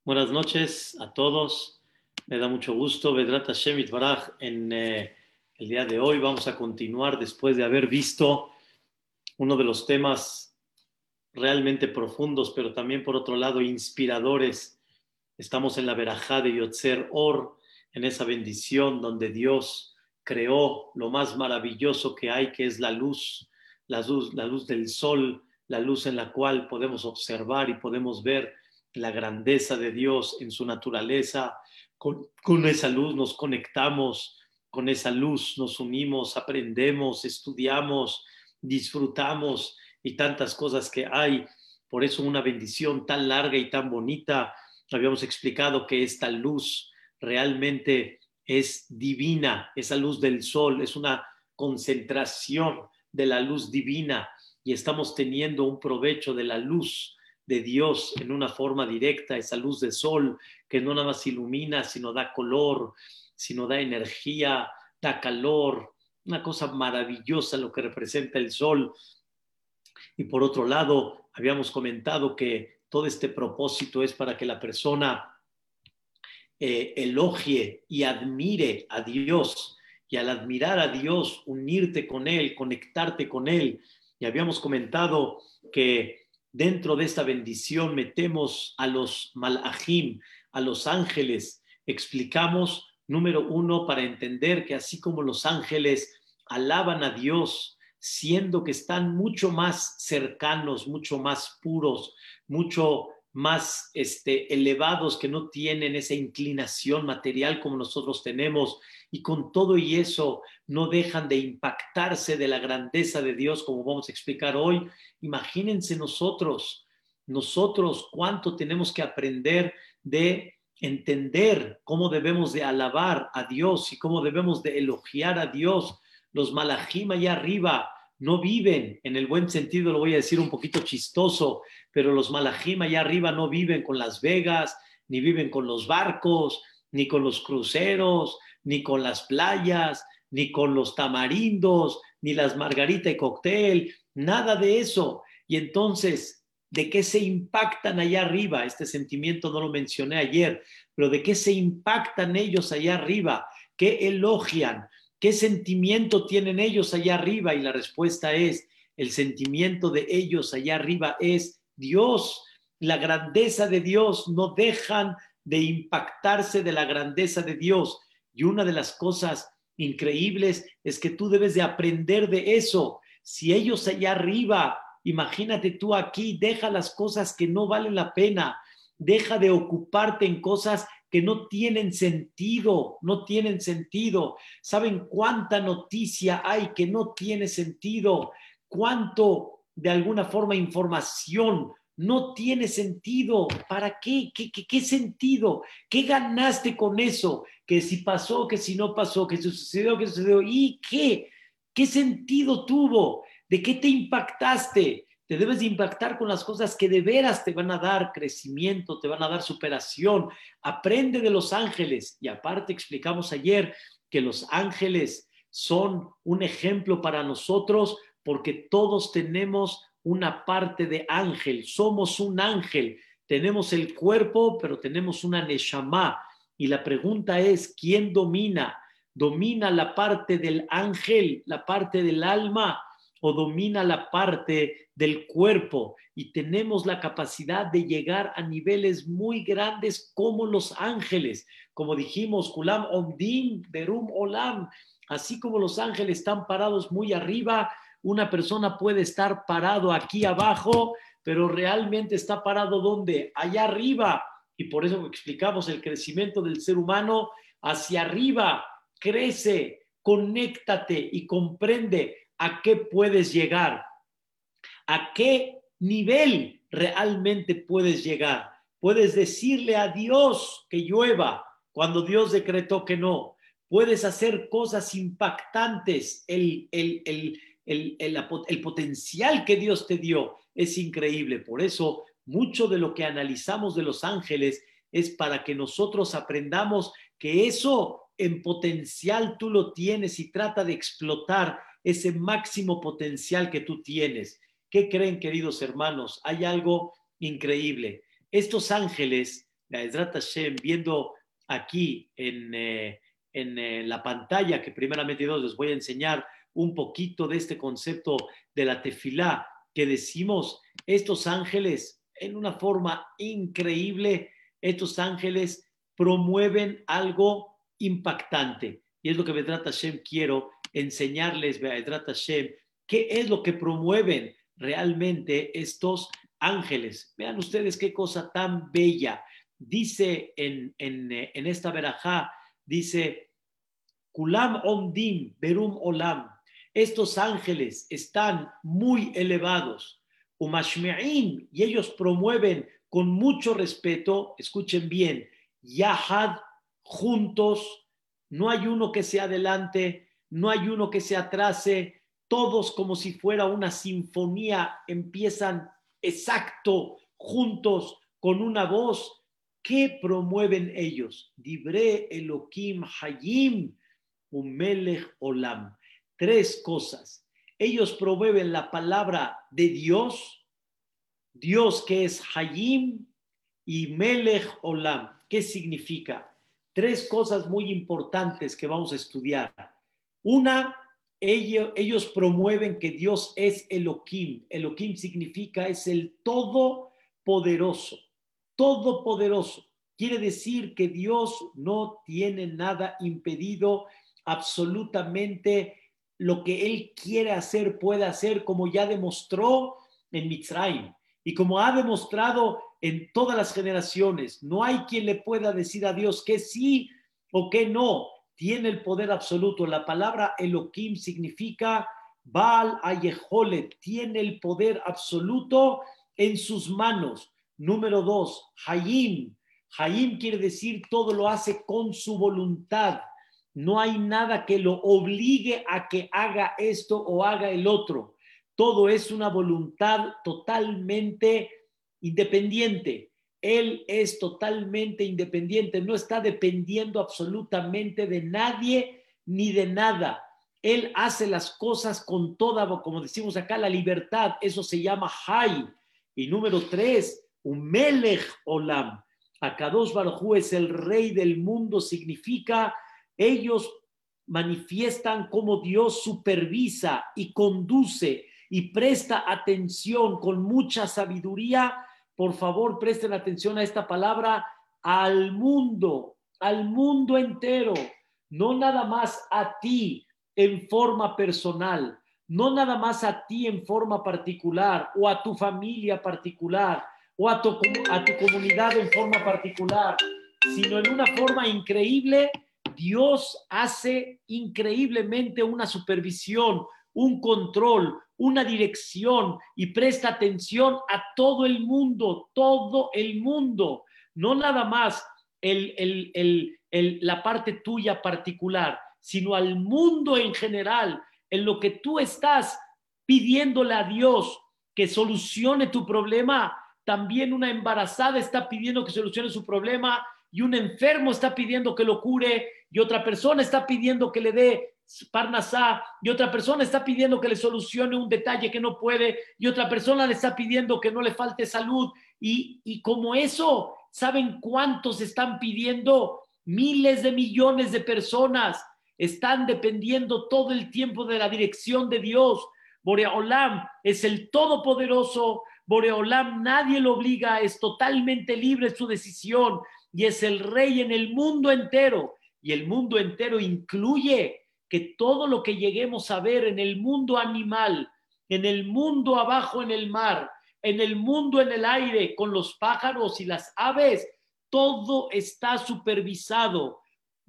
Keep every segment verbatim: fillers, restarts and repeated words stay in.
Buenas noches a todos. Me da mucho gusto, Bedrat Hashem Itbaraj, en eh, el día de hoy. Vamos a continuar después de haber visto uno de los temas realmente profundos, pero también por otro lado inspiradores. Estamos en la verajá de Yotzer Or, en esa bendición donde Dios creó lo más maravilloso que hay, que es la luz, la luz, la luz del sol, la luz en la cual podemos observar y podemos ver la grandeza de Dios en su naturaleza. Con, con esa luz nos conectamos, con esa luz nos unimos, aprendemos, estudiamos, disfrutamos y tantas cosas que hay. Por eso una bendición tan larga y tan bonita. Habíamos explicado que esta luz realmente es divina, esa luz del sol es una concentración de la luz divina y estamos teniendo un provecho de la luz de Dios en una forma directa, esa luz del sol que no nada más ilumina, sino da color, sino da energía, da calor, una cosa maravillosa lo que representa el sol. Y por otro lado, habíamos comentado que todo este propósito es para que la persona eh, elogie y admire a Dios, y al admirar a Dios, unirte con Él, conectarte con Él. Y habíamos comentado que dentro de esta bendición metemos a los malajim, a los ángeles. Explicamos, número uno, para entender que así como los ángeles alaban a Dios, siendo que están mucho más cercanos, mucho más puros, mucho más este, elevados, que no tienen esa inclinación material como nosotros tenemos, y con todo y eso no dejan de impactarse de la grandeza de Dios, como vamos a explicar hoy. Imagínense nosotros, nosotros cuánto tenemos que aprender de entender cómo debemos de alabar a Dios y cómo debemos de elogiar a Dios. Los malajim allá arriba no viven, en el buen sentido lo voy a decir un poquito chistoso, pero los malajim allá arriba no viven con Las Vegas, ni viven con los barcos, ni con los cruceros, ni con las playas, ni con los tamarindos, ni las margarita y cóctel, nada de eso. Y entonces, ¿de qué se impactan allá arriba? Este sentimiento no lo mencioné ayer, pero ¿de qué se impactan ellos allá arriba? ¿Qué elogian? ¿Qué sentimiento tienen ellos allá arriba? Y la respuesta es, el sentimiento de ellos allá arriba es Dios, la grandeza de Dios. No dejan de impactarse de la grandeza de Dios. Y una de las cosas increíbles es que tú debes de aprender de eso. Si ellos allá arriba, imagínate tú aquí, deja las cosas que no valen la pena, deja de ocuparte en cosas que no tienen sentido, no tienen sentido. ¿Saben cuánta noticia hay que no tiene sentido? ¿Cuánto, de alguna forma, información no tiene sentido? ¿Para qué? ¿Qué, qué, qué sentido? ¿Qué ganaste con eso? Que si pasó, que si no pasó, que si sucedió, que sucedió. ¿Y qué? ¿Qué sentido tuvo? ¿De qué te impactaste? Te debes de impactar con las cosas que de veras te van a dar crecimiento, te van a dar superación. Aprende de los ángeles. Y aparte explicamos ayer que los ángeles son un ejemplo para nosotros porque todos tenemos una parte de ángel. Somos un ángel. Tenemos el cuerpo, pero tenemos una neshama. Y la pregunta es, ¿quién domina? ¿Domina la parte del ángel, la parte del alma, o domina la parte del cuerpo? Y tenemos la capacidad de llegar a niveles muy grandes como los ángeles. Como dijimos, Kulam Omdim Berum Olam, así como los ángeles están parados muy arriba, una persona puede estar parado aquí abajo, pero realmente está parado ¿dónde? Allá arriba. Y por eso explicamos el crecimiento del ser humano hacia arriba. Crece, conéctate y comprende a qué puedes llegar, a qué nivel realmente puedes llegar. Puedes decirle a Dios que llueva cuando Dios decretó que no. Puedes hacer cosas impactantes. El, el, el, el, el, el potencial que Dios te dio es increíble. Por eso, mucho de lo que analizamos de los ángeles es para que nosotros aprendamos que eso en potencial tú lo tienes y trata de explotar ese máximo potencial que tú tienes. ¿Qué creen, queridos hermanos? Hay algo increíble. Estos ángeles Be'ezrat Hashem, viendo aquí en, eh, en eh, la pantalla, que primeramente Dios les voy a enseñar un poquito de este concepto de la tefilá, que decimos, estos ángeles, en una forma increíble, estos ángeles promueven algo impactante. Y es lo que Be'ezrat Hashem quiero enseñarles, Be'ezrat Hashem, qué es lo que promueven realmente estos ángeles. Vean ustedes qué cosa tan bella. Dice en, en, en esta verajá, dice, Kulam Omdim Berum Olam. Estos ángeles están muy elevados. Umashme'in, y ellos promueven con mucho respeto, escuchen bien, Yahad, juntos, no hay uno que se adelante, no hay uno que se atrase, todos como si fuera una sinfonía, empiezan exacto, juntos, con una voz. ¿Qué promueven ellos? Dibre Elohim Hayim Umelech Olam. Tres cosas. Ellos promueven la palabra de Dios, Dios que es Hayim, y Melech Olam. ¿Qué significa? Tres cosas muy importantes que vamos a estudiar. Una, ellos, ellos promueven que Dios es Elohim. Elohim significa es el todopoderoso. Todopoderoso. Quiere decir que Dios no tiene nada impedido, absolutamente lo que Él quiere hacer, puede hacer, como ya demostró en Mitzrayim y como ha demostrado en todas las generaciones. No hay quien le pueda decir a Dios que sí o que no. Tiene el poder absoluto. La palabra Elohim significa Baal Hayeholet, tiene el poder absoluto en sus manos. Número dos, Hayim. Hayim quiere decir todo lo hace con su voluntad. No hay nada que lo obligue a que haga esto o haga el otro. Todo es una voluntad totalmente independiente. Él es totalmente independiente, no está dependiendo absolutamente de nadie ni de nada. Él hace las cosas con toda, como decimos acá, la libertad. Eso se llama Hay. Y número tres, Umelech Olam. Akadosh Baruj Hu es el rey del mundo, significa ellos manifiestan cómo Dios supervisa y conduce y presta atención con mucha sabiduría. Por favor, presten atención a esta palabra, al mundo, al mundo entero, no nada más a ti en forma personal, no nada más a ti en forma particular o a tu familia particular o a tu, a tu comunidad en forma particular, sino en una forma increíble. Dios hace increíblemente una supervisión, un control, una dirección y presta atención a todo el mundo, todo el mundo, no nada más el, el, el, el, la parte tuya particular, sino al mundo en general, en lo que tú estás pidiéndole a Dios que solucione tu problema. También una embarazada está pidiendo que solucione su problema y un enfermo está pidiendo que lo cure y otra persona está pidiendo que le dé parnasá y otra persona está pidiendo que le solucione un detalle que no puede y otra persona le está pidiendo que no le falte salud y, y como eso, ¿saben cuántos están pidiendo? Miles de millones de personas están dependiendo todo el tiempo de la dirección de Dios. Boreolam es el todopoderoso. Boreolam nadie lo obliga, es totalmente libre su decisión y es el rey en el mundo entero. Y el mundo entero incluye que todo lo que lleguemos a ver en el mundo animal, en el mundo abajo en el mar, en el mundo en el aire, con los pájaros y las aves, todo está supervisado,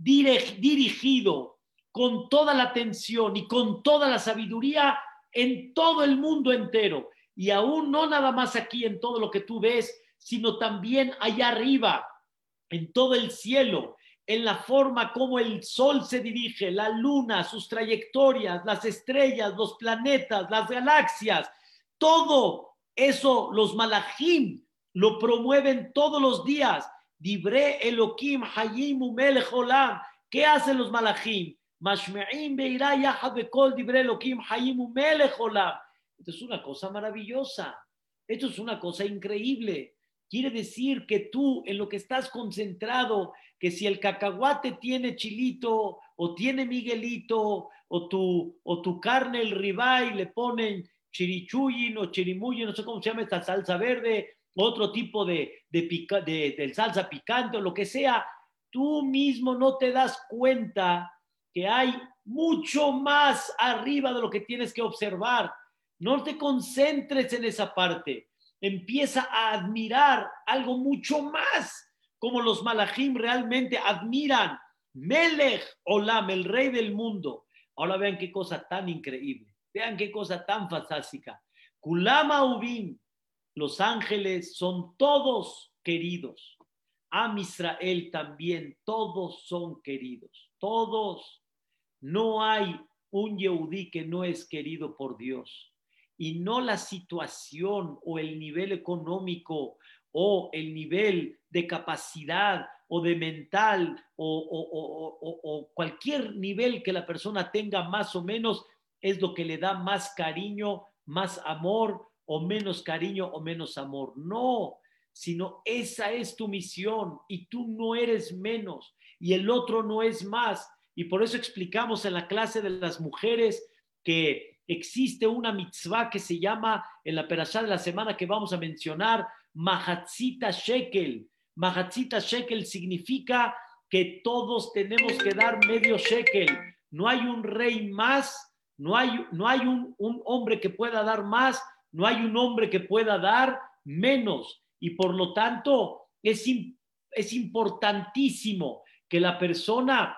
dirigido, con toda la atención y con toda la sabiduría en todo el mundo entero. Y aún no nada más aquí en todo lo que tú ves, sino también allá arriba, en todo el cielo, en la forma como el sol se dirige, la luna, sus trayectorias, las estrellas, los planetas, las galaxias, todo eso los malachim lo promueven todos los días. Dibre Elohim Hayim Umelech Olam. ¿Qué hacen los malachim? Mashme'im beirá yahad bekol dibre Elohim Hayim Umelech Olam. Esto es una cosa maravillosa. Esto es una cosa increíble. quiere decir que tú en lo que estás concentrado, que si el cacahuate tiene chilito o tiene Miguelito o tu, o tu carne, el ribeye, le ponen chirichuyin o chirimuyin, no sé cómo se llama esta salsa verde, otro tipo de, de, pica, de, de salsa picante o lo que sea, tú mismo no te das cuenta que hay mucho más arriba de lo que tienes que observar. No te concentres en esa parte. Empieza a admirar algo mucho más, como los malajim realmente admiran. Melech Olam, el rey del mundo. Ahora vean qué cosa tan increíble. Vean qué cosa tan fantástica. Kulama Ubim, los ángeles son todos queridos. Am Israel también, todos son queridos. Todos. No hay un Yehudí que no es querido por Dios. Y no la situación o el nivel económico o el nivel de capacidad o de mental o, o, o, o, o cualquier nivel que la persona tenga más o menos es lo que le da más cariño, más amor o menos cariño o menos amor. No, sino esa es tu misión y tú no eres menos y el otro no es más. Y por eso explicamos en la clase de las mujeres que existe una mitzvah que se llama, en la perashá de la semana que vamos a mencionar, Mahatzita Shekel. Mahatzita Shekel significa que todos tenemos que dar medio shekel. No hay un rey más, no hay, no hay un, un hombre que pueda dar más, no hay un hombre que pueda dar menos. Y por lo tanto, es, es importantísimo que la persona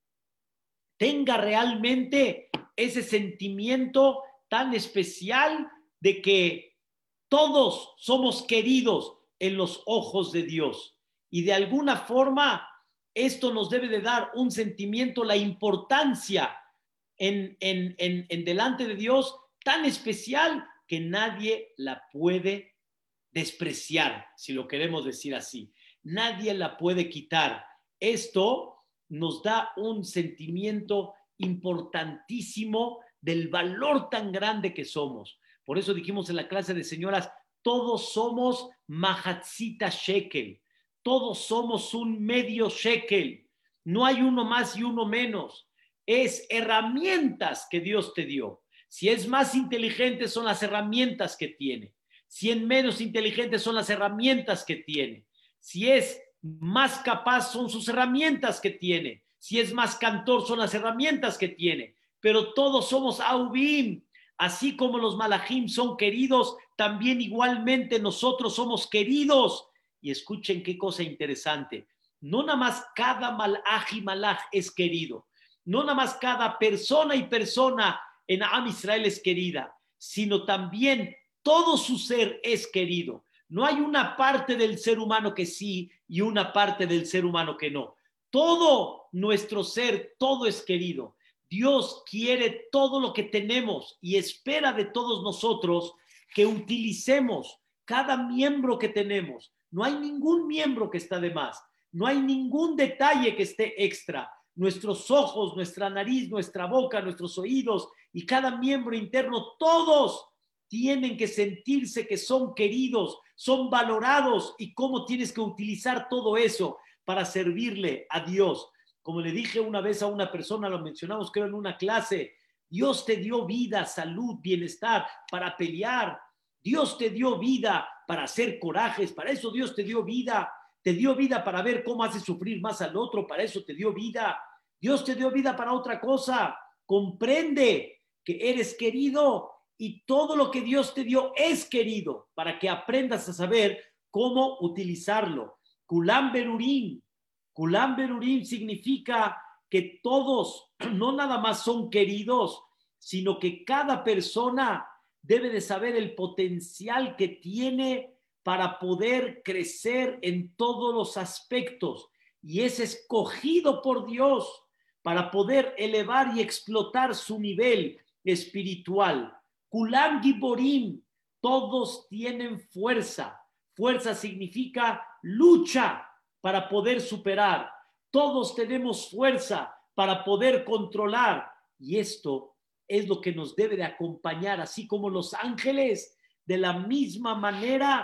tenga realmente ese sentimiento tan especial de que todos somos queridos en los ojos de Dios. Y de alguna forma, esto nos debe de dar un sentimiento, la importancia en, en, en, en delante de Dios tan especial que nadie la puede despreciar, si lo queremos decir así. Nadie la puede quitar. Esto nos da un sentimiento importantísimo del valor tan grande que somos. Por eso dijimos en la clase de señoras, todos somos mahatzita shekel, todos somos un medio shekel, no hay uno más y uno menos, es herramientas que Dios te dio. Si es más inteligente son las herramientas que tiene, si es menos inteligente son las herramientas que tiene, si es más capaz son sus herramientas que tiene, si es más cantor son las herramientas que tiene, pero todos somos Aubim, así como los malajim son queridos, también igualmente nosotros somos queridos. Y escuchen qué cosa interesante, no nada más cada malaj y malaj es querido, no nada más cada persona y persona en Am Israel es querida, sino también todo su ser es querido. No hay una parte del ser humano que sí y una parte del ser humano que no. Todo nuestro ser, todo es querido. Dios quiere todo lo que tenemos y espera de todos nosotros que utilicemos cada miembro que tenemos. No hay ningún miembro que está de más. No hay ningún detalle que esté extra. Nuestros ojos, nuestra nariz, nuestra boca, nuestros oídos y cada miembro interno, todos tienen que sentirse que son queridos, son valorados y cómo tienes que utilizar todo eso para servirle a Dios. Como le dije una vez a una persona, lo mencionamos creo en una clase, Dios te dio vida, salud, bienestar para pelear. Dios te dio vida para hacer corajes, para eso Dios te dio vida. Te dio vida para ver cómo hace sufrir más al otro, para eso te dio vida. Dios te dio vida para otra cosa. Comprende que eres querido y todo lo que Dios te dio es querido para que aprendas a saber cómo utilizarlo. Kulam Berurim. Kulam Berurim significa que todos no nada más son queridos, sino que cada persona debe de saber el potencial que tiene para poder crecer en todos los aspectos y es escogido por Dios para poder elevar y explotar su nivel espiritual. Kulam Giborim, todos tienen fuerza. Fuerza significa lucha para poder superar. Todos tenemos fuerza para poder controlar y esto es lo que nos debe de acompañar, así como los ángeles, de la misma manera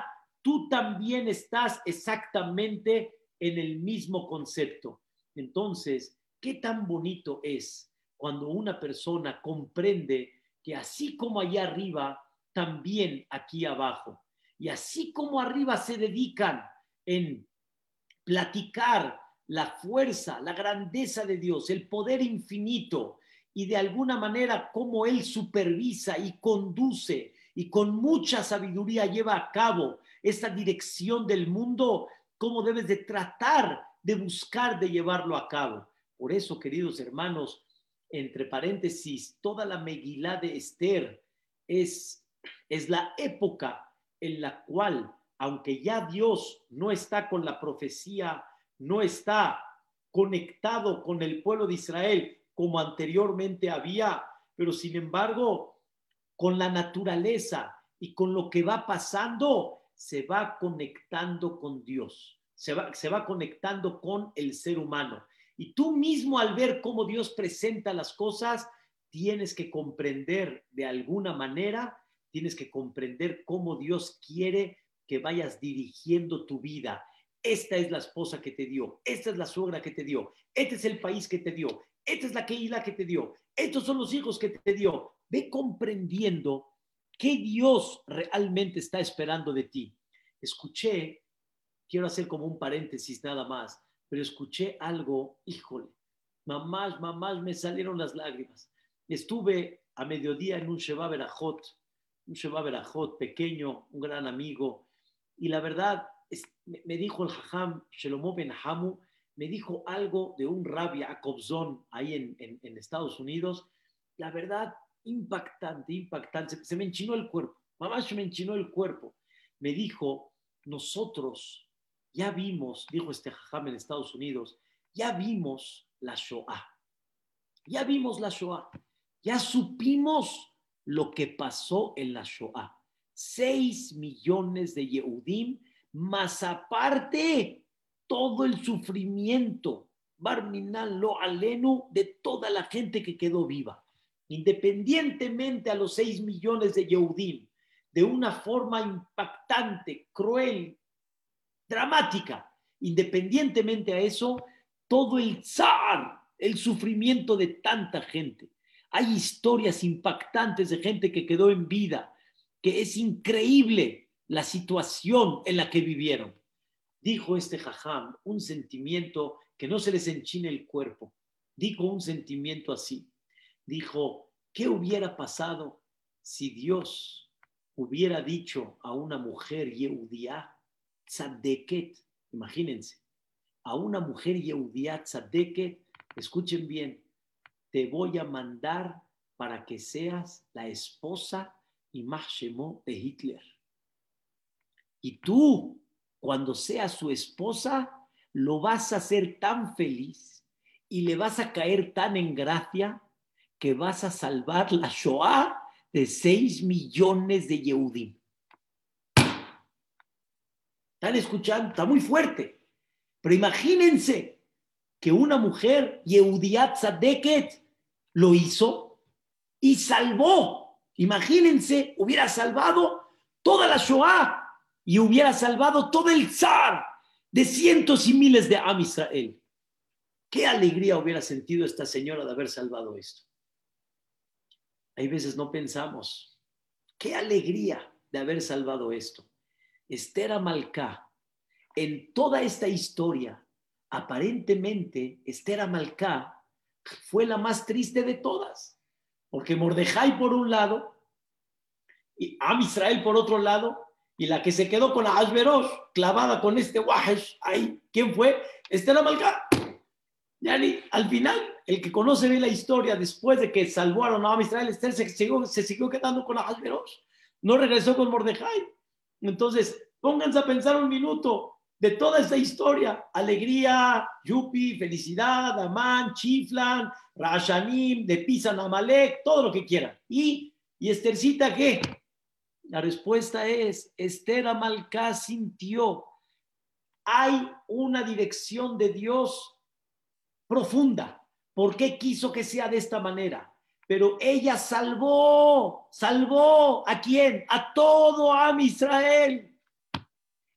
tú también estás exactamente en el mismo concepto. Entonces, ¿qué tan bonito es cuando una persona comprende que así como allá arriba, también aquí abajo? Y así como arriba se dedican en platicar la fuerza, la grandeza de Dios, el poder infinito y de alguna manera cómo Él supervisa y conduce y con mucha sabiduría lleva a cabo esta dirección del mundo, cómo debes de tratar de buscar de llevarlo a cabo. Por eso, queridos hermanos, entre paréntesis, toda la Megilá de Esther es, es la época en la cual, aunque ya Dios no está con la profecía, no está conectado con el pueblo de Israel como anteriormente había, pero sin embargo, con la naturaleza y con lo que va pasando, se va conectando con Dios, se va, se va conectando con el ser humano. Y tú mismo, al ver cómo Dios presenta las cosas, tienes que comprender de alguna manera, tienes que comprender cómo Dios quiere que vayas dirigiendo tu vida. Esta es la esposa que te dio, esta es la suegra que te dio, este es el país que te dio, esta es la Keilah que te dio, estos son los hijos que te dio. Ve comprendiendo qué Dios realmente está esperando de ti. Escuché, quiero hacer como un paréntesis nada más, pero escuché algo, híjole, mamás, mamás, me salieron las lágrimas. Estuve a mediodía en un Sheva Berajot, un Sheva Berajot pequeño, un gran amigo, y la verdad, es, me, me dijo el Jajam Shelomo Ben Hamu, me dijo algo de un rabbi Akobzon ahí en, en, en Estados Unidos, la verdad, impactante, impactante, se, se me enchinó el cuerpo, mamá, se me enchinó el cuerpo. Me dijo, nosotros ya vimos, dijo este Jajam en Estados Unidos, ya vimos la Shoah, ya vimos la Shoah, ya supimos lo que pasó en la Shoah. Seis millones de Yehudim, más aparte todo el sufrimiento, Barminan lo alenu, de toda la gente que quedó viva. Independientemente a los seis millones de Yehudim, de una forma impactante, cruel, dramática, independientemente a eso, todo el zar, el sufrimiento de tanta gente. Hay historias impactantes de gente que quedó en vida, que es increíble la situación en la que vivieron. Dijo este jajam un sentimiento que no se les enchine el cuerpo. Dijo un sentimiento así. Dijo, ¿qué hubiera pasado si Dios hubiera dicho a una mujer Yehudiá, tzadeket, imagínense, a una mujer Yehudiá tzadeket, escuchen bien, te voy a mandar para que seas la esposa Imach Shemo de Hitler. Y tú, cuando seas su esposa, lo vas a hacer tan feliz y le vas a caer tan en gracia que vas a salvar la Shoah de seis millones de Yehudim. ¿Están escuchando? Está muy fuerte. Pero imagínense que una mujer, Yehudiat Tzadeket, lo hizo y salvó. Imagínense, hubiera salvado toda la Shoah y hubiera salvado todo el zar de cientos y miles de Am Israel. ¿Qué alegría hubiera sentido esta señora de haber salvado esto? Hay veces no pensamos, qué alegría de haber salvado esto. Esther Amalcá, en toda esta historia, aparentemente Esther Amalcá fue la más triste de todas, porque Mordejai por un lado, y Am Israel por otro lado, y la que se quedó con la Ashverosh, clavada con este Wahesh, ahí, ¿quién fue? Esther Amalcá. Yani, al final, el que conoce bien la historia, después de que salvaron a Am Israel, Esther se siguió, se siguió quedando con la Ashverosh, no regresó con Mordejai. Entonces, pónganse a pensar un minuto de toda esta historia, alegría, yupi, felicidad, Amán, Chiflan, Rashanim, de Pisan Amalek, todo lo que quieran. Y, y Esthercita, ¿qué? La respuesta es, Esther Amalcá sintió, hay una dirección de Dios profunda. ¿Por qué quiso que sea de esta manera? Pero ella salvó, salvó ¿a quién? A todo Am Israel.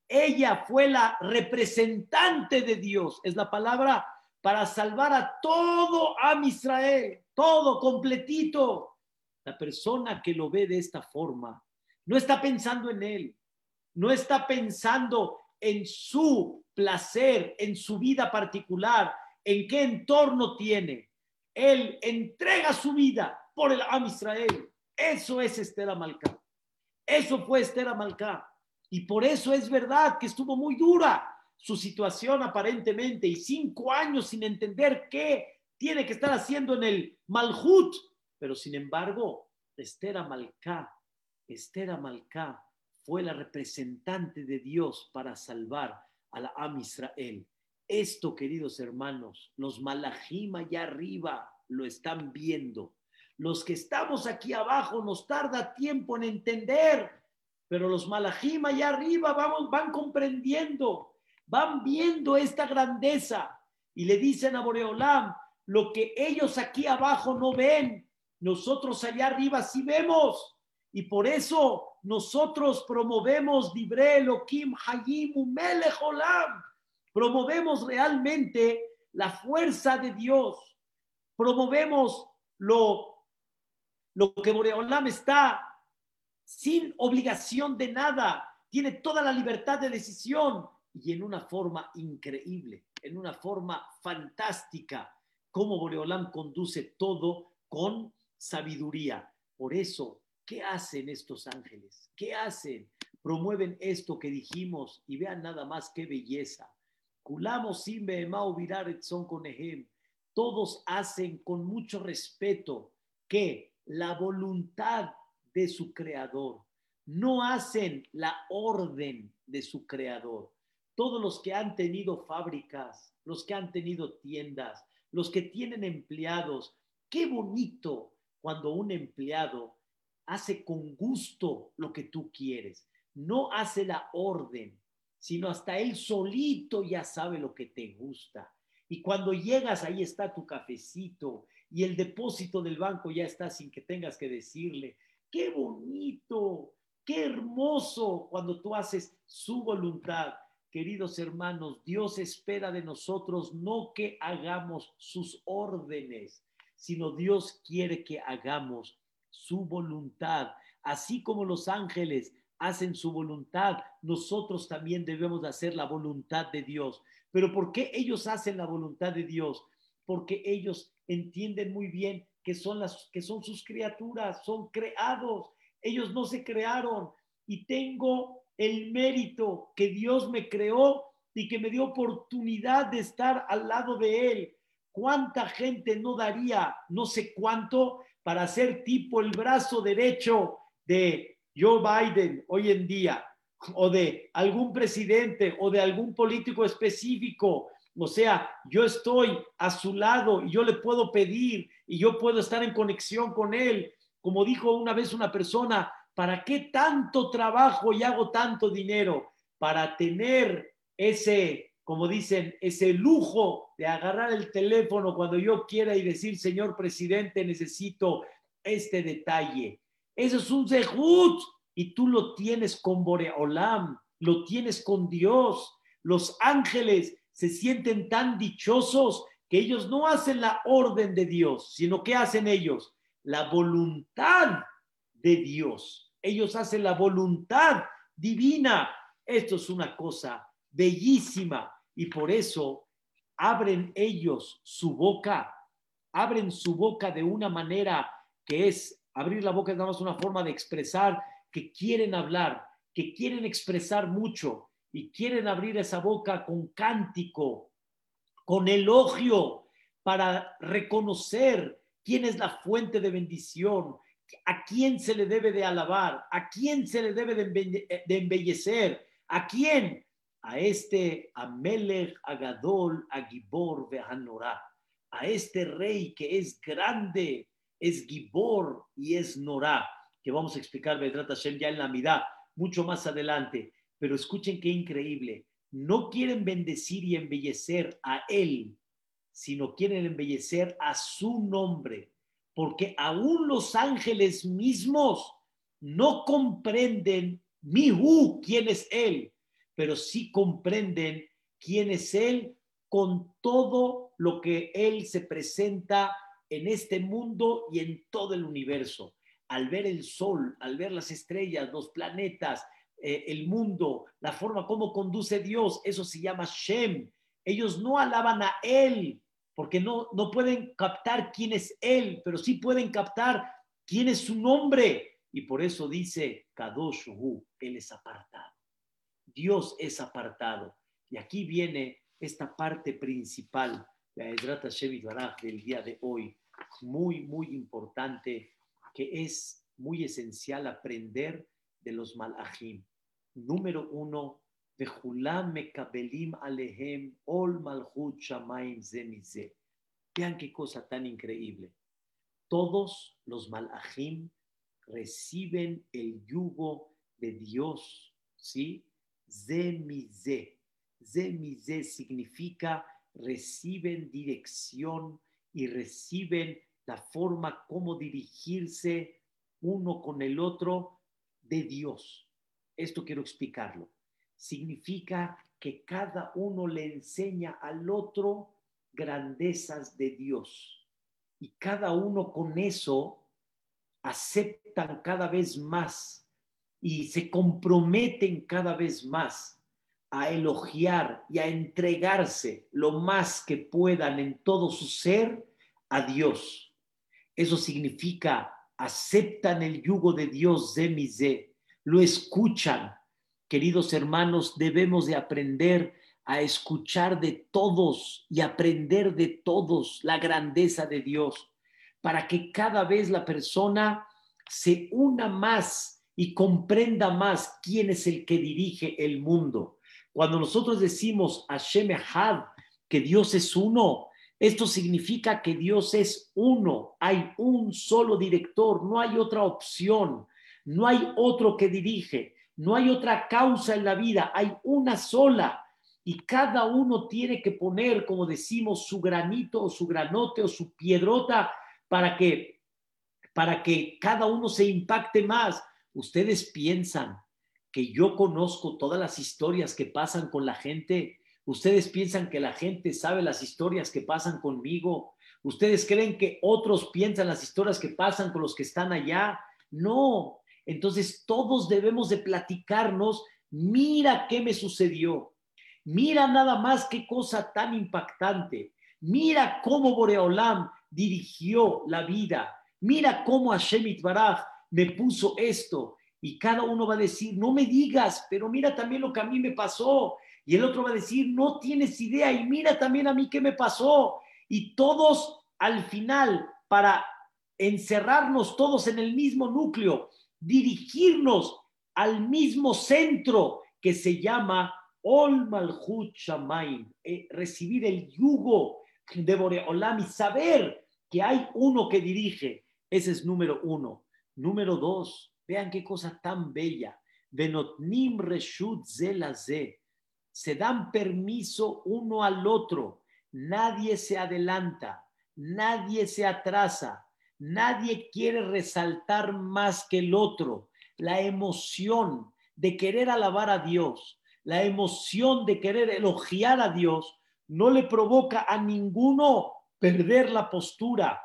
Ella fue la representante de Dios, es la palabra para salvar a todo Am Israel, todo completito. La persona que lo ve de esta forma no está pensando en él, no está pensando en su placer, en su vida particular, en qué entorno tiene. Él entrega su vida por el Am Israel. Eso es Esther Amalcá. Eso fue Esther Amalcá. Y por eso es verdad que estuvo muy dura su situación aparentemente y cinco años sin entender qué tiene que estar haciendo en el Malhut. Pero sin embargo, Esther Amalcá, Esther Amalcá fue la representante de Dios para salvar a la Am Israel. Esto, queridos hermanos, los malajim allá arriba lo están viendo. Los que estamos aquí abajo nos tarda tiempo en entender, pero los malajim allá arriba vamos, van comprendiendo, van viendo esta grandeza y le dicen a Boreolam, lo que ellos aquí abajo no ven, nosotros allá arriba sí vemos. Y por eso nosotros promovemos Divrei Elohim Hayim Umelech Olam. Promovemos realmente la fuerza de Dios. Promovemos lo, lo que Boreolam está sin obligación de nada. Tiene toda la libertad de decisión y en una forma increíble, en una forma fantástica, cómo Boreolam conduce todo con sabiduría. Por eso, ¿qué hacen estos ángeles? ¿Qué hacen? Promueven esto que dijimos y vean nada más qué belleza. Todos hacen con mucho respeto que la voluntad de su creador. No hacen la orden de su creador. Todos los que han tenido fábricas, los que han tenido tiendas, los que tienen empleados, qué bonito cuando un empleado hace con gusto lo que tú quieres. No hace la orden, sino hasta él solito ya sabe lo que te gusta. Y cuando llegas, ahí está tu cafecito y el depósito del banco ya está sin que tengas que decirle. ¡Qué bonito! ¡Qué hermoso cuando tú haces su voluntad! Queridos hermanos, Dios espera de nosotros no que hagamos sus órdenes, sino Dios quiere que hagamos su voluntad. Así como los ángeles hacen su voluntad, nosotros también debemos hacer la voluntad de Dios. ¿Pero por qué ellos hacen la voluntad de Dios? Porque ellos entienden muy bien que son, las, que son sus criaturas, son creados. Ellos no se crearon y tengo el mérito que Dios me creó y que me dio oportunidad de estar al lado de Él. ¿Cuánta gente no daría no sé cuánto para ser tipo el brazo derecho de Joe Biden hoy en día, o de algún presidente o de algún político específico? O sea, yo estoy a su lado y yo le puedo pedir y yo puedo estar en conexión con él. Como dijo una vez una persona, ¿para qué tanto trabajo y hago tanto dinero? Para tener ese, como dicen, ese lujo de agarrar el teléfono cuando yo quiera y decir, señor presidente, necesito este detalle. Eso es un zehut y tú lo tienes con Boreolam, lo tienes con Dios. Los ángeles se sienten tan dichosos que ellos no hacen la orden de Dios, sino que hacen ellos la voluntad de Dios. Ellos hacen la voluntad divina. Esto es una cosa bellísima y por eso abren ellos su boca, abren su boca de una manera que es, abrir la boca es nada más una forma de expresar que quieren hablar, que quieren expresar mucho y quieren abrir esa boca con cántico, con elogio, para reconocer quién es la fuente de bendición, a quién se le debe de alabar, a quién se le debe de embellecer, a quién, a este Amelech, Agadol, Agibor, Vehanorá, a este rey que es grande, es Gibor y es Norá, que vamos a explicar Bedrat Hashem ya en la Midá, mucho más adelante. Pero escuchen qué increíble, no quieren bendecir y embellecer a él, sino quieren embellecer a su nombre, porque aún los ángeles mismos no comprenden Mihu, quién es él. pero sí comprenden quién es Él con todo lo que Él se presenta en este mundo y en todo el universo. Al ver el sol, al ver las estrellas, los planetas, eh, el mundo, la forma como conduce Dios, eso se llama Shem. Ellos no alaban a Él, porque no, no pueden captar quién es Él, pero sí pueden captar quién es su nombre. Y por eso dice, Kadosh Hu, Él es apartado. Dios es apartado. Y aquí viene esta parte principal de Ezrat Hashem Yitbaraj del día de hoy, muy, muy importante, que es muy esencial aprender de los malachim. Número uno, Vejulam mekabelim alehem ol malchut shamayim ze mize. Vean qué cosa tan increíble. Todos los malachim reciben el yugo de Dios, ¿sí? Ze mize. Ze mize significa reciben dirección y reciben la forma como dirigirse uno con el otro de Dios. Esto quiero explicarlo. Significa que cada uno le enseña al otro grandezas de Dios. Y cada uno con eso aceptan cada vez más y se comprometen cada vez más a elogiar y a entregarse lo más que puedan en todo su ser a Dios. Eso significa aceptan el yugo de Dios de Mizé, lo escuchan. Queridos hermanos, debemos de aprender a escuchar de todos y aprender de todos la grandeza de Dios, para que cada vez la persona se una más y comprenda más quién es el que dirige el mundo. Cuando nosotros decimos Hashem Echad, que Dios es uno, esto significa que Dios es uno, hay un solo director, no hay otra opción, no hay otro que dirige, no hay otra causa en la vida, hay una sola. Y cada uno tiene que poner, como decimos, su granito o su granote o su piedrota para que, para que cada uno se impacte más. Ustedes piensan que yo conozco todas las historias que pasan con la gente. Ustedes piensan que la gente sabe las historias que pasan conmigo. Ustedes creen que otros piensan las historias que pasan con los que están allá. No. Entonces todos debemos de platicarnos. Mira qué me sucedió. Mira nada más qué cosa tan impactante. Mira cómo Boreolam dirigió la vida. Mira cómo Hashem Yitbaraj me puso esto. Y cada uno va a decir, no me digas, pero mira también lo que a mí me pasó. Y el otro va a decir, no tienes idea y mira también a mí qué me pasó. Y todos al final, para encerrarnos todos en el mismo núcleo, dirigirnos al mismo centro que se llama Ol Malchut Shamayim, eh, recibir el yugo de Boreolam y saber que hay uno que dirige. Ese es número uno. Número dos, vean qué cosa tan bella. Venotnim reshut ze la ze. Se dan permiso uno al otro. Nadie se adelanta, nadie se atrasa, nadie quiere resaltar más que el otro. La emoción de querer alabar a Dios, la emoción de querer elogiar a Dios, no le provoca a ninguno perder la postura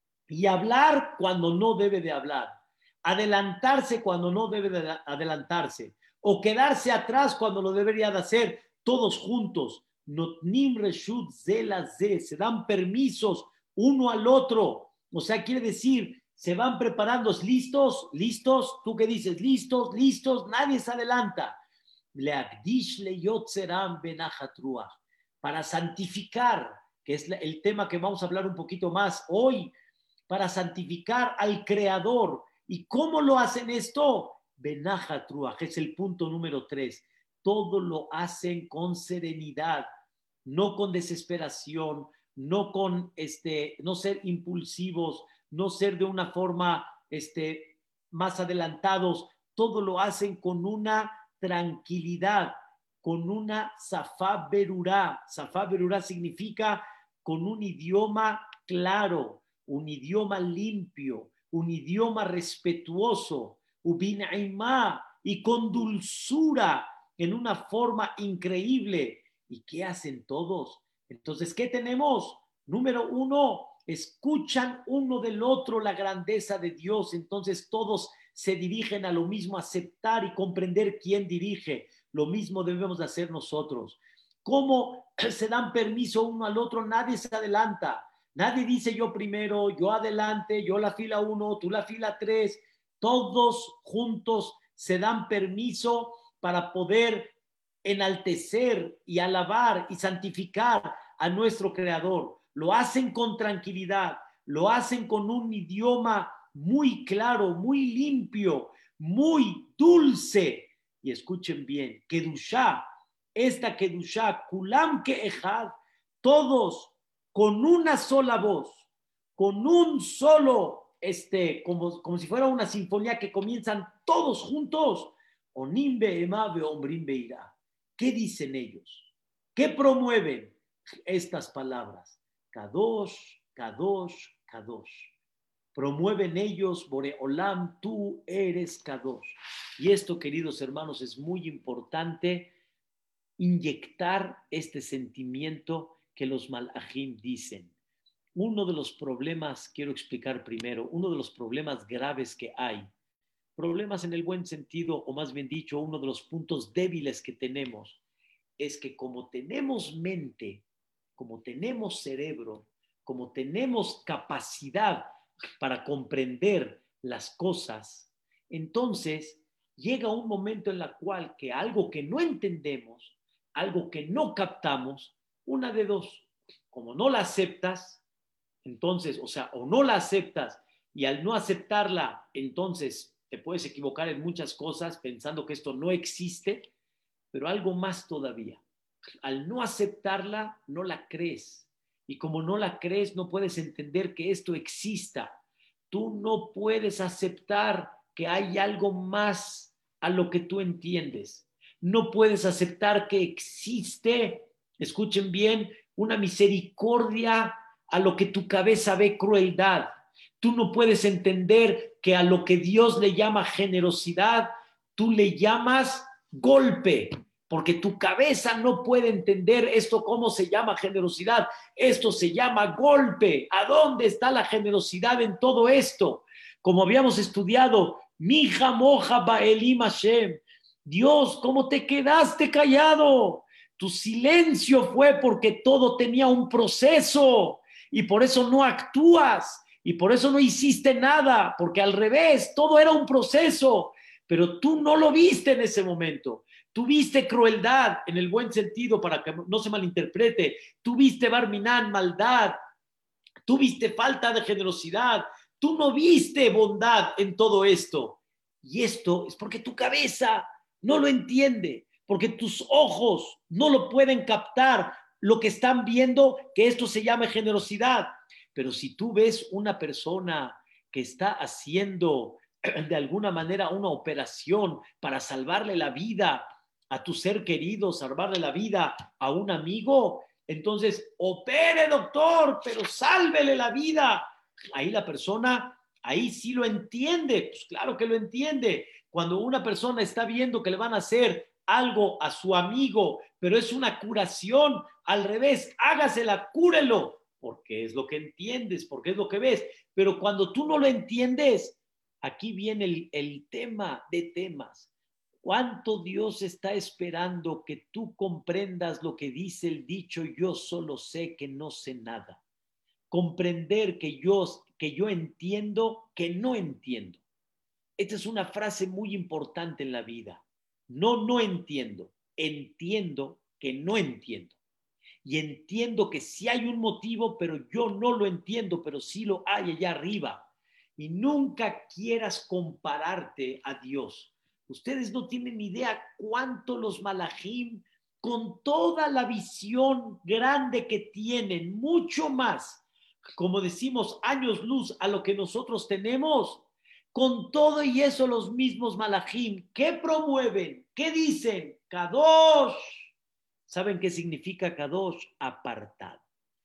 y hablar cuando no debe de hablar, adelantarse cuando no debe de adelantarse, o quedarse atrás cuando lo debería de hacer, todos juntos. Notnim reshut ze la ze, se dan permisos uno al otro. O sea, quiere decir, se van preparando, listos, listos, tú qué dices, listos, listos, nadie se adelanta. Leakdish le yotzeram benachat ruach, para santificar, que es el tema que vamos a hablar un poquito más hoy, para santificar al Creador. ¿Y cómo lo hacen esto? Benachat ruach, es el punto número tres. Todo lo hacen con serenidad, no con desesperación, no con este, no ser impulsivos, no ser de una forma este, más adelantados. Todo lo hacen con una tranquilidad, con una safá berurá. Safá berurá significa con un idioma claro, un idioma limpio, un idioma respetuoso, ubinaimá, y con dulzura. en una forma increíble. ¿Y qué hacen todos? Entonces, ¿qué tenemos? Número uno, escuchan uno del otro la grandeza de Dios. Entonces todos se dirigen a lo mismo, aceptar y comprender quién dirige. Lo mismo debemos de hacer nosotros. ¿Cómo se dan permiso uno al otro? Nadie se adelanta. Nadie dice yo primero, yo adelante, yo la fila uno, tú la fila tres. Todos juntos se dan permiso para poder enaltecer y alabar y santificar a nuestro Creador. Lo hacen con tranquilidad, lo hacen con un idioma muy claro, muy limpio, muy dulce. Y escuchen bien, Kedushá, esta Kedushá, Kulam Ke'ehad, todos con una sola voz, con un solo, este, como, como si fuera una sinfonía que comienzan todos juntos. Onim be'ema ve'ombrim be'irá. ¿Qué dicen ellos? ¿Qué promueven estas palabras? Kadosh, Kadosh, Kadosh. Promueven ellos, Boreolam, tú eres Kadosh. Y esto, queridos hermanos, es muy importante inyectar este sentimiento que los malajim dicen. Uno de los problemas, quiero explicar primero, uno de los problemas graves que hay, problemas en el buen sentido, o más bien dicho, uno de los puntos débiles que tenemos, es que como tenemos mente, como tenemos cerebro, como tenemos capacidad para comprender las cosas, entonces llega un momento en el cual que algo que no entendemos, algo que no captamos, una de dos, como no la aceptas, entonces, o sea, o no la aceptas y al no aceptarla, entonces te puedes equivocar en muchas cosas pensando que esto no existe, pero algo más todavía. Al no aceptarla, no la crees. Y como no la crees, no puedes entender que esto exista. Tú no puedes aceptar que hay algo más a lo que tú entiendes. No puedes aceptar que existe, escuchen bien, una misericordia a lo que tu cabeza ve crueldad. Tú no puedes entender que a lo que Dios le llama generosidad, tú le llamas golpe, porque tu cabeza no puede entender esto cómo se llama generosidad. Esto se llama golpe. ¿A dónde está la generosidad en todo esto? Como habíamos estudiado, Mija moja ba'elim Hashem. Dios, ¿cómo te quedaste callado? Tu silencio fue porque todo tenía un proceso y por eso no actúas y por eso no hiciste nada, porque al revés, todo era un proceso, pero tú no lo viste en ese momento. Tuviste crueldad en el buen sentido para que no se malinterprete. Tuviste barminán, maldad. Tuviste falta de generosidad. Tú no viste bondad en todo esto. Y esto es porque tu cabeza no lo entiende, porque tus ojos no lo pueden captar, lo que están viendo, que esto se llama generosidad. Pero si tú ves una persona que está haciendo de alguna manera una operación para salvarle la vida a tu ser querido, salvarle la vida a un amigo, entonces opere, doctor, pero sálvele la vida. Ahí la persona, ahí sí lo entiende, pues claro que lo entiende. Cuando una persona está viendo que le van a hacer algo a su amigo, pero es una curación, al revés, hágasela, cúrelo, porque es lo que entiendes, porque es lo que ves. Pero cuando tú no lo entiendes, aquí viene el, el tema de temas. ¿Cuánto Dios está esperando que tú comprendas lo que dice el dicho, yo solo sé que no sé nada? Comprender que yo, que yo entiendo que no entiendo. Esta es una frase muy importante en la vida. No, no entiendo. Entiendo que no entiendo. Y entiendo que sí hay un motivo, pero yo no lo entiendo, pero sí lo hay allá arriba. Y nunca quieras compararte a Dios. Ustedes no tienen idea cuánto los malajim, con toda la visión grande que tienen, mucho más, como decimos, años luz a lo que nosotros tenemos, con todo y eso los mismos malajim, ¿qué promueven? ¿Qué dicen? Kadosh. ¿Saben qué significa Kadosh? Apartado.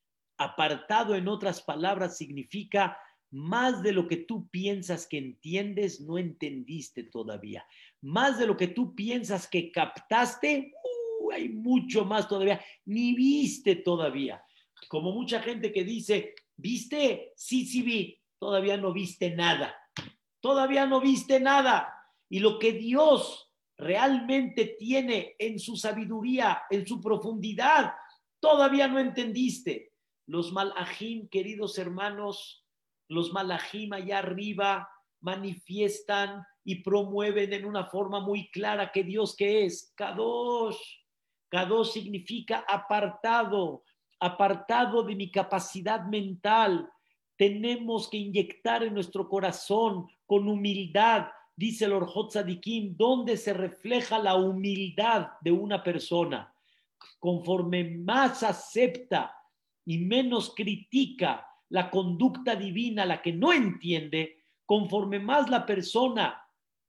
Apartado, en otras palabras, significa más de lo que tú piensas que entiendes, no entendiste todavía. más de lo que tú piensas que captaste, uh, hay mucho más todavía, ni viste todavía. Como mucha gente que dice, ¿viste? Sí, sí vi, todavía no viste nada, todavía no viste nada. Y lo que Dios realmente tiene en su sabiduría, en su profundidad, todavía no entendiste. Los malajim, queridos hermanos, los malajim allá arriba manifiestan y promueven en una forma muy clara que Dios que es Kadosh. Kadosh significa apartado, apartado de mi capacidad mental. Tenemos que inyectar en nuestro corazón con humildad, dice el Orjot Tzadikim, donde se refleja la humildad de una persona. Conforme más acepta y menos critica la conducta divina, la que no entiende, conforme más la persona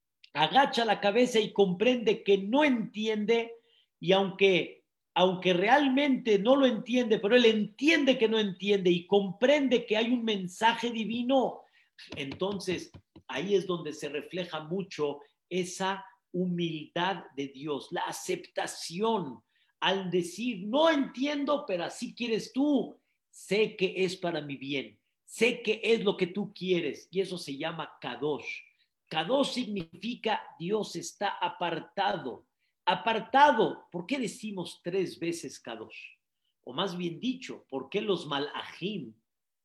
agacha la cabeza y comprende que no entiende, y aunque, aunque realmente no lo entiende, pero él entiende que no entiende y comprende que hay un mensaje divino, entonces ahí es donde se refleja mucho esa humildad de Dios, la aceptación al decir, no entiendo, pero así quieres tú, sé que es para mi bien, sé que es lo que tú quieres, y eso se llama Kadosh. Kadosh significa Dios está apartado. Apartado, ¿por qué decimos tres veces Kadosh? O más bien dicho, ¿por qué los malajim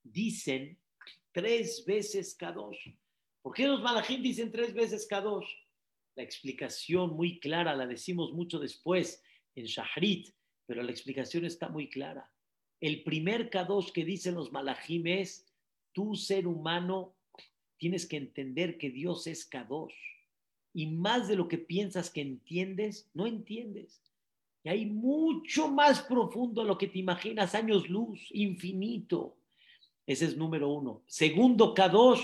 dicen tres veces Kadosh? ¿Por qué los malajim dicen tres veces Kadosh? La explicación muy clara, la decimos mucho después en Shahrit, pero la explicación está muy clara. El primer Kadosh que dicen los malajim es, tú ser humano tienes que entender que Dios es Kadosh. Y más de lo que piensas que entiendes, no entiendes. Y hay mucho más profundo de lo que te imaginas, años luz, infinito. Ese es número uno. Segundo, Kadosh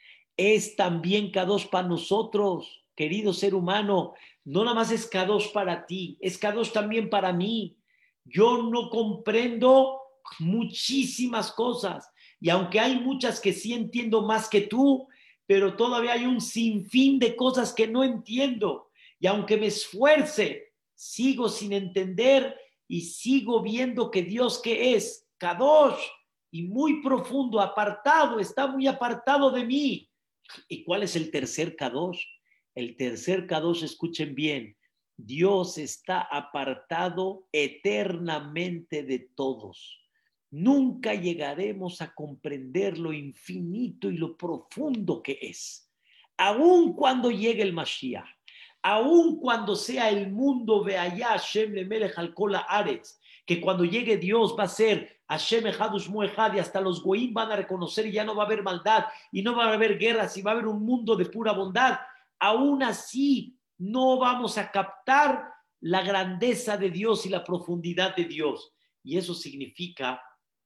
es también Kadosh para nosotros, querido ser humano. No nada más es Kadosh para ti, es Kadosh también para mí. Yo no comprendo muchísimas cosas. Y aunque hay muchas que sí entiendo más que tú, pero todavía hay un sinfín de cosas que no entiendo. Y aunque me esfuerce, sigo sin entender y sigo viendo que Dios que es Kadosh y muy profundo, apartado, está muy apartado de mí. ¿Y cuál es el tercer Kadosh? El tercer Kadosh, escuchen bien, Dios está apartado eternamente de todos. Nunca llegaremos a comprender lo infinito y lo profundo que es. Aun cuando llegue el Mashiach, aun cuando sea el mundo Veayá Hashem Lemelech al Kol Haaretz, que cuando llegue Dios va a ser Hashem Echad Ushmo Echad y hasta los goyim van a reconocer y ya no va a haber maldad y no va a haber guerras y va a haber un mundo de pura bondad. Aún así no vamos a captar la grandeza de Dios y la profundidad de Dios. Y eso significa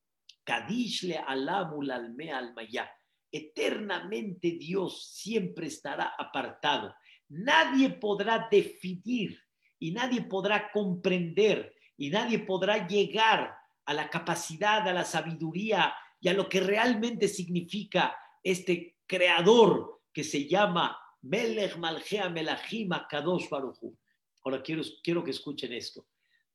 Kadish le alamul alme almayá. Eternamente Dios siempre estará apartado. Nadie podrá definir y nadie podrá comprender y nadie podrá llegar a la capacidad, a la sabiduría y a lo que realmente significa este creador que se llama Melech Malchea Melachim Kadosh Baruj Hu. Ahora quiero, quiero que escuchen esto.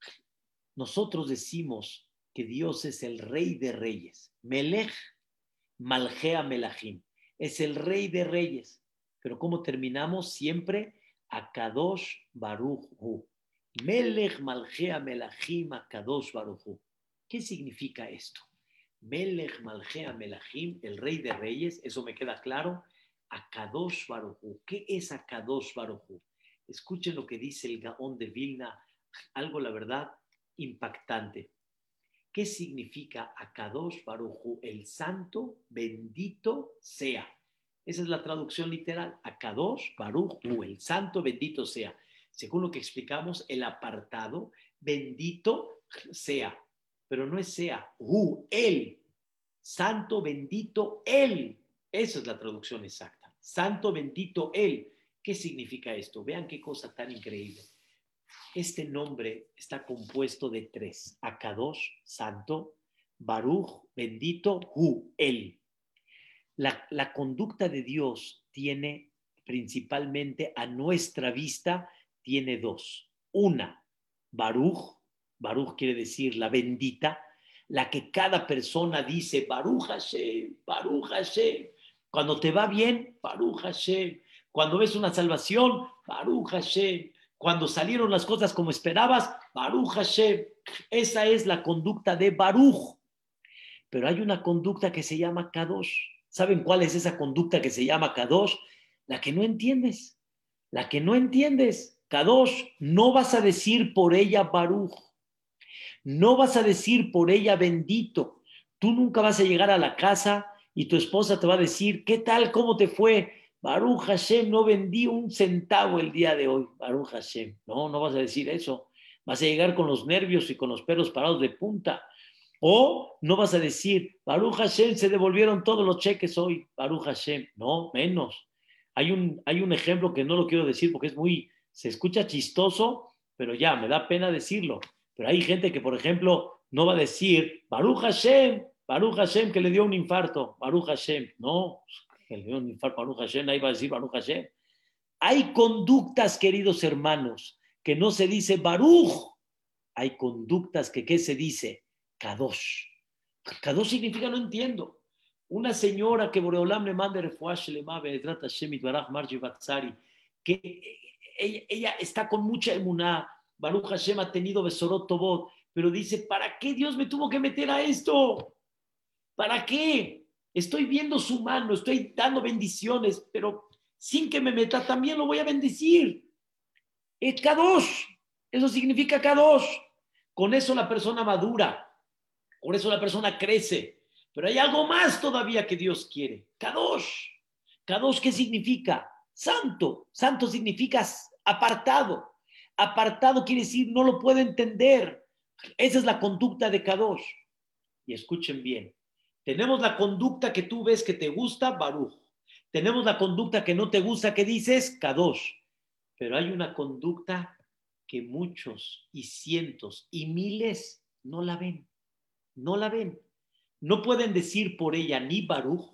Nosotros decimos que Dios es el rey de reyes. Melech Malchea Melachim. Es el rey de reyes. Pero ¿cómo terminamos? Siempre a Kadosh Baruj Hu. Melech Malchea Melachim a Kadosh Baruj Hu. ¿Qué significa esto? Melech Malchea Melachim, el rey de reyes, eso me queda claro. A Kadosh Baruj Hu. ¿Qué es a Kadosh Baruj Hu? Escuchen lo que dice el Gaón de Vilna, algo, la verdad, impactante. ¿Qué significa Akadosh Baruj Hu? El santo bendito sea. Esa es la traducción literal. Akadosh Baruj Hu, el santo bendito sea. Según lo que explicamos, el apartado bendito sea. Pero no es sea, Hu, él. Santo bendito él. Esa es la traducción exacta. Santo bendito él. ¿Qué significa esto? Vean qué cosa tan increíble. Este nombre está compuesto de tres. Akadosh, santo, Baruch, bendito, Hu, él. La, la conducta de Dios tiene principalmente a nuestra vista, tiene dos. Una, Baruch. Baruch quiere decir la bendita, la que cada persona dice, Baruch Hashem, Baruch Hashem. Cuando te va bien, Baruch Hashem. Cuando ves una salvación, Baruch Hashem. Cuando salieron las cosas como esperabas, Baruch Hashem. Esa es la conducta de Baruch. Pero hay una conducta que se llama Kadosh. ¿Saben cuál es esa conducta que se llama Kadosh? La que no entiendes. La que no entiendes. Kadosh, no vas a decir por ella Baruch. No vas a decir por ella bendito. Tú nunca vas a llegar a la casa y tu esposa te va a decir, ¿qué tal? ¿Cómo te fue? Baruch Hashem, no vendí un centavo el día de hoy. Baruch Hashem. No, no vas a decir eso. Vas a llegar con los nervios y con los pelos parados de punta. O no vas a decir, Baruch Hashem, se devolvieron todos los cheques hoy. Baruch Hashem. No, menos. Hay un, hay un ejemplo que no lo quiero decir porque es muy, se escucha chistoso, pero ya, me da pena decirlo. Pero hay gente que, por ejemplo, no va a decir, Baruch Hashem, Baruch Hashem, que le dio un infarto. Baruch Hashem. No, que le dio un infarto, Baruch Hashem, nadie va a decir Baruch Hashem. Hay conductas, queridos hermanos, que no se dice Baruch. Hay conductas que, ¿qué se dice? Kadosh. Kadosh significa no entiendo. Una señora que Boreolam le mande refuah shelema be'ezrat Hashem itbaraj Margie Batzari, que ella, ella está con mucha emuná. Baruch Hashem ha tenido besorot tovot, pero dice, ¿para qué Dios me tuvo que meter a esto? ¿Para qué? Estoy viendo su mano, estoy dando bendiciones, pero sin que me meta también lo voy a bendecir. Es Kadosh. Eso significa Kadosh. Con eso la persona madura. Por eso la persona crece. Pero hay algo más todavía que Dios quiere. Kadosh. Kadosh, ¿qué significa? Santo. Santo significa apartado. Apartado quiere decir no lo puedo entender. Esa es la conducta de Kadosh. Y escuchen bien. Tenemos la conducta que tú ves que te gusta, Baruch. Tenemos la conducta que no te gusta, que dices, Kadosh. Pero hay una conducta que muchos y cientos y miles no la ven. No la ven. No pueden decir por ella ni Baruch,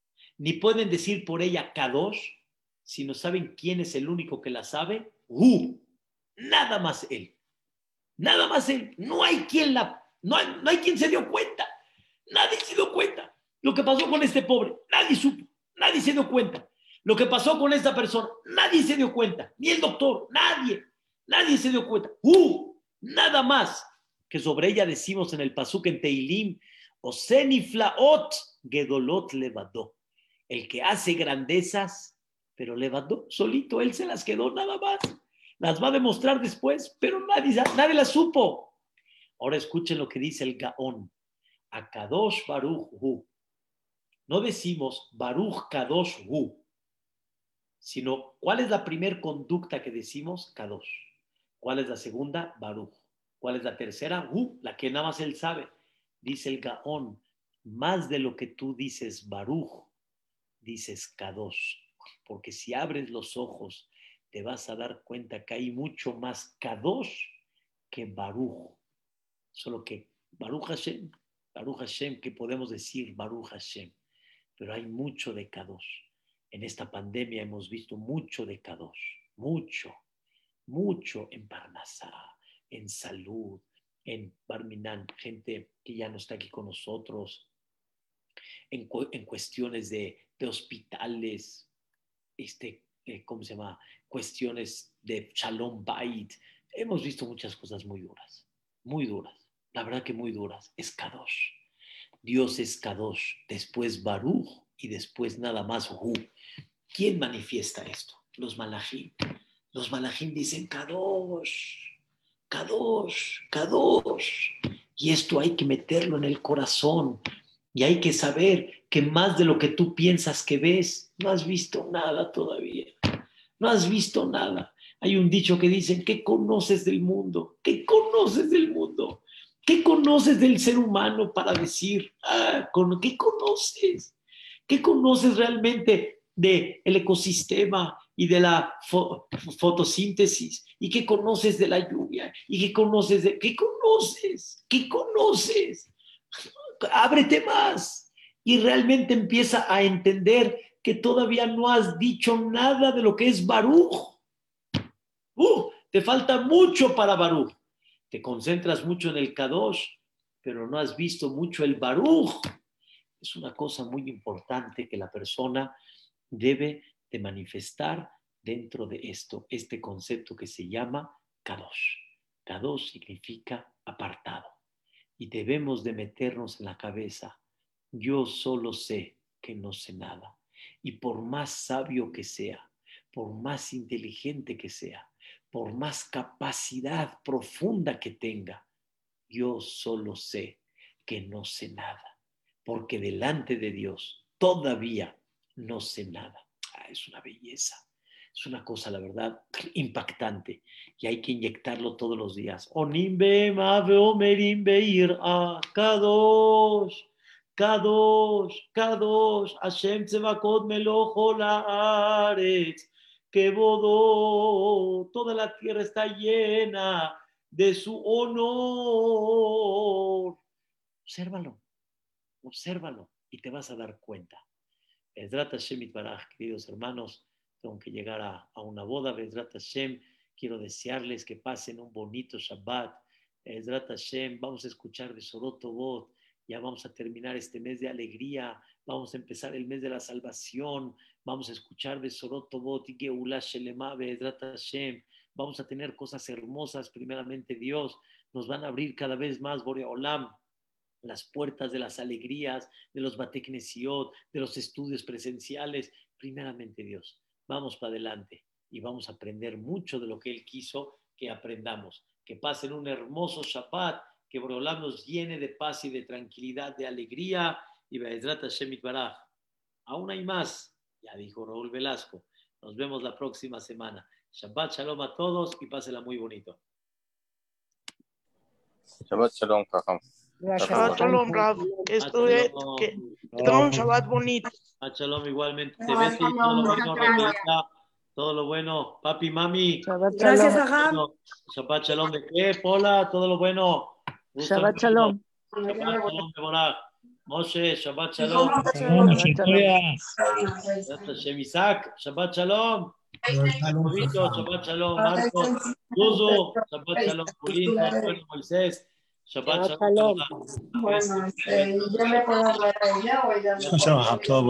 ni pueden decir por ella Kadosh, si no saben quién es el único que la sabe. Hu. Nada más él. Nada más él. No hay quien la, no hay, no hay quien se dio cuenta. Nadie se dio cuenta. Lo que pasó con este pobre, nadie supo. Nadie se dio cuenta. Lo que pasó con esta persona, nadie se dio cuenta. Ni el doctor, nadie. Nadie se dio cuenta. ¡Uh! Nada más que sobre ella decimos en el pasuk en Teilim, Oseni flaot gedolot levadó. El que hace grandezas, pero levadó solito, él se las quedó nada más. Las va a demostrar después, pero nadie, nadie las supo. Ahora escuchen lo que dice el Gaón. Akadosh Baruch Hu. No decimos Baruch Kadosh Hu, sino ¿cuál es la primer conducta que decimos? Kadosh. ¿Cuál es la segunda? Baruch. ¿Cuál es la tercera? Hu, la que nada más él sabe. Dice el Gaón, más de lo que tú dices Baruch, dices Kadosh. Porque si abres los ojos, te vas a dar cuenta que hay mucho más Kadosh que Baruch. Solo que Baruch Hashem, Baruch Hashem, que podemos decir Baruch Hashem. Pero hay mucho de Kadosh. En esta pandemia hemos visto mucho de Kadosh. Mucho, mucho en Parnasá, en salud, en Barminan, gente que ya no está aquí con nosotros, en, cu- en cuestiones de, de hospitales, este, eh, ¿cómo se llama? Cuestiones de Shalom Bait. Hemos visto muchas cosas muy duras, muy duras. La verdad que muy duras. Es Kadosh. Dios es Kadosh, después Baruch y después nada más Hu. ¿Quién manifiesta esto? Los malachim. Los malachim dicen Kadosh, Kadosh, Kadosh. Y esto hay que meterlo en el corazón. Y hay que saber que más de lo que tú piensas que ves, no has visto nada todavía. No has visto nada. Hay un dicho que dicen, ¿qué conoces del mundo? ¿Qué conoces del mundo? ¿Qué conoces del ser humano para decir, ah, ¿qué conoces? ¿Qué conoces realmente del ecosistema y de la fo- fotosíntesis? ¿Y qué conoces de la lluvia? ¿Y qué conoces de qué conoces? ¿Qué conoces? Ábrete más y realmente empieza a entender que todavía no has dicho nada de lo que es Baruch. Uh, te falta mucho para Baruch. Te concentras mucho en el Kadosh, pero no has visto mucho el Baruch. Es una cosa muy importante que la persona debe de manifestar dentro de esto, este concepto que se llama Kadosh. Kadosh significa apartado. Y debemos de meternos en la cabeza, yo solo sé que no sé nada. Y por más sabio que sea, por más inteligente que sea, por más capacidad profunda que tenga, yo solo sé que no sé nada. Porque delante de Dios todavía no sé nada. Ah, es una belleza. Es una cosa, la verdad, impactante. Y hay que inyectarlo todos los días. Onimbe mave omerim beir a Kadosh, Kadosh, Kadosh, Hashem tzevakot melojo laaretz, Kebodó, toda la tierra está llena de su honor. Obsérvalo, obsérvalo y te vas a dar cuenta. Bezrat Hashem Itbaraj, queridos hermanos, tengo que llegar a, a una boda. Bezrat Hashem, quiero desearles que pasen un bonito Shabbat. Bezrat Hashem, vamos a escuchar de Besorot Tovot. Ya vamos a terminar este mes de alegría. Vamos a empezar el mes de la salvación. Vamos a escuchar de Besorot Tovot y Geulah Shelema. Bezrat Hashem, vamos a tener cosas hermosas. Primeramente Dios, nos van a abrir cada vez más Borei Olam las puertas de las alegrías, de los Bateknesiot, de los estudios presenciales. Primeramente Dios, vamos para adelante y vamos a aprender mucho de lo que Él quiso que aprendamos. Que pasen un hermoso Shabbat, que Borei Olam nos llene de paz y de tranquilidad, de alegría, y Be'ezrat Hashem Yitbaraj. Aún hay más, ya dijo Raúl Velasco. Nos vemos la próxima semana. Shabbat Shalom a todos y pásenla muy bonito. Shabbat Shalom, Jajam. Shabbat Shalom, Rav. Que estudie, que, que tenga un Shabbat bonito. Shabbat Shalom igualmente. Betty, todo lo bueno, Raquelita, todo lo bueno. Papi, mami. Shabbat Gracias, Shalom. Ajá. Shabbat Shalom de qué, Pola, todo lo bueno. Gusto Shabbat en Shalom. verlo. Shabbat Shalom de Boraj. Moshe, Shabbat Shalom. Shabbat Shalom. Hashem Isaac, Shabbat Shalom. Jovito, Shabbat Shalom. Marcos, Luzu, Shabbat Shalom. Julín, todo lo bueno, Moisés. Shabbat Shabbat Shalom. Shalom. Bueno, este, ya me puedo hablar a ella o ella me Shabbat Shalom.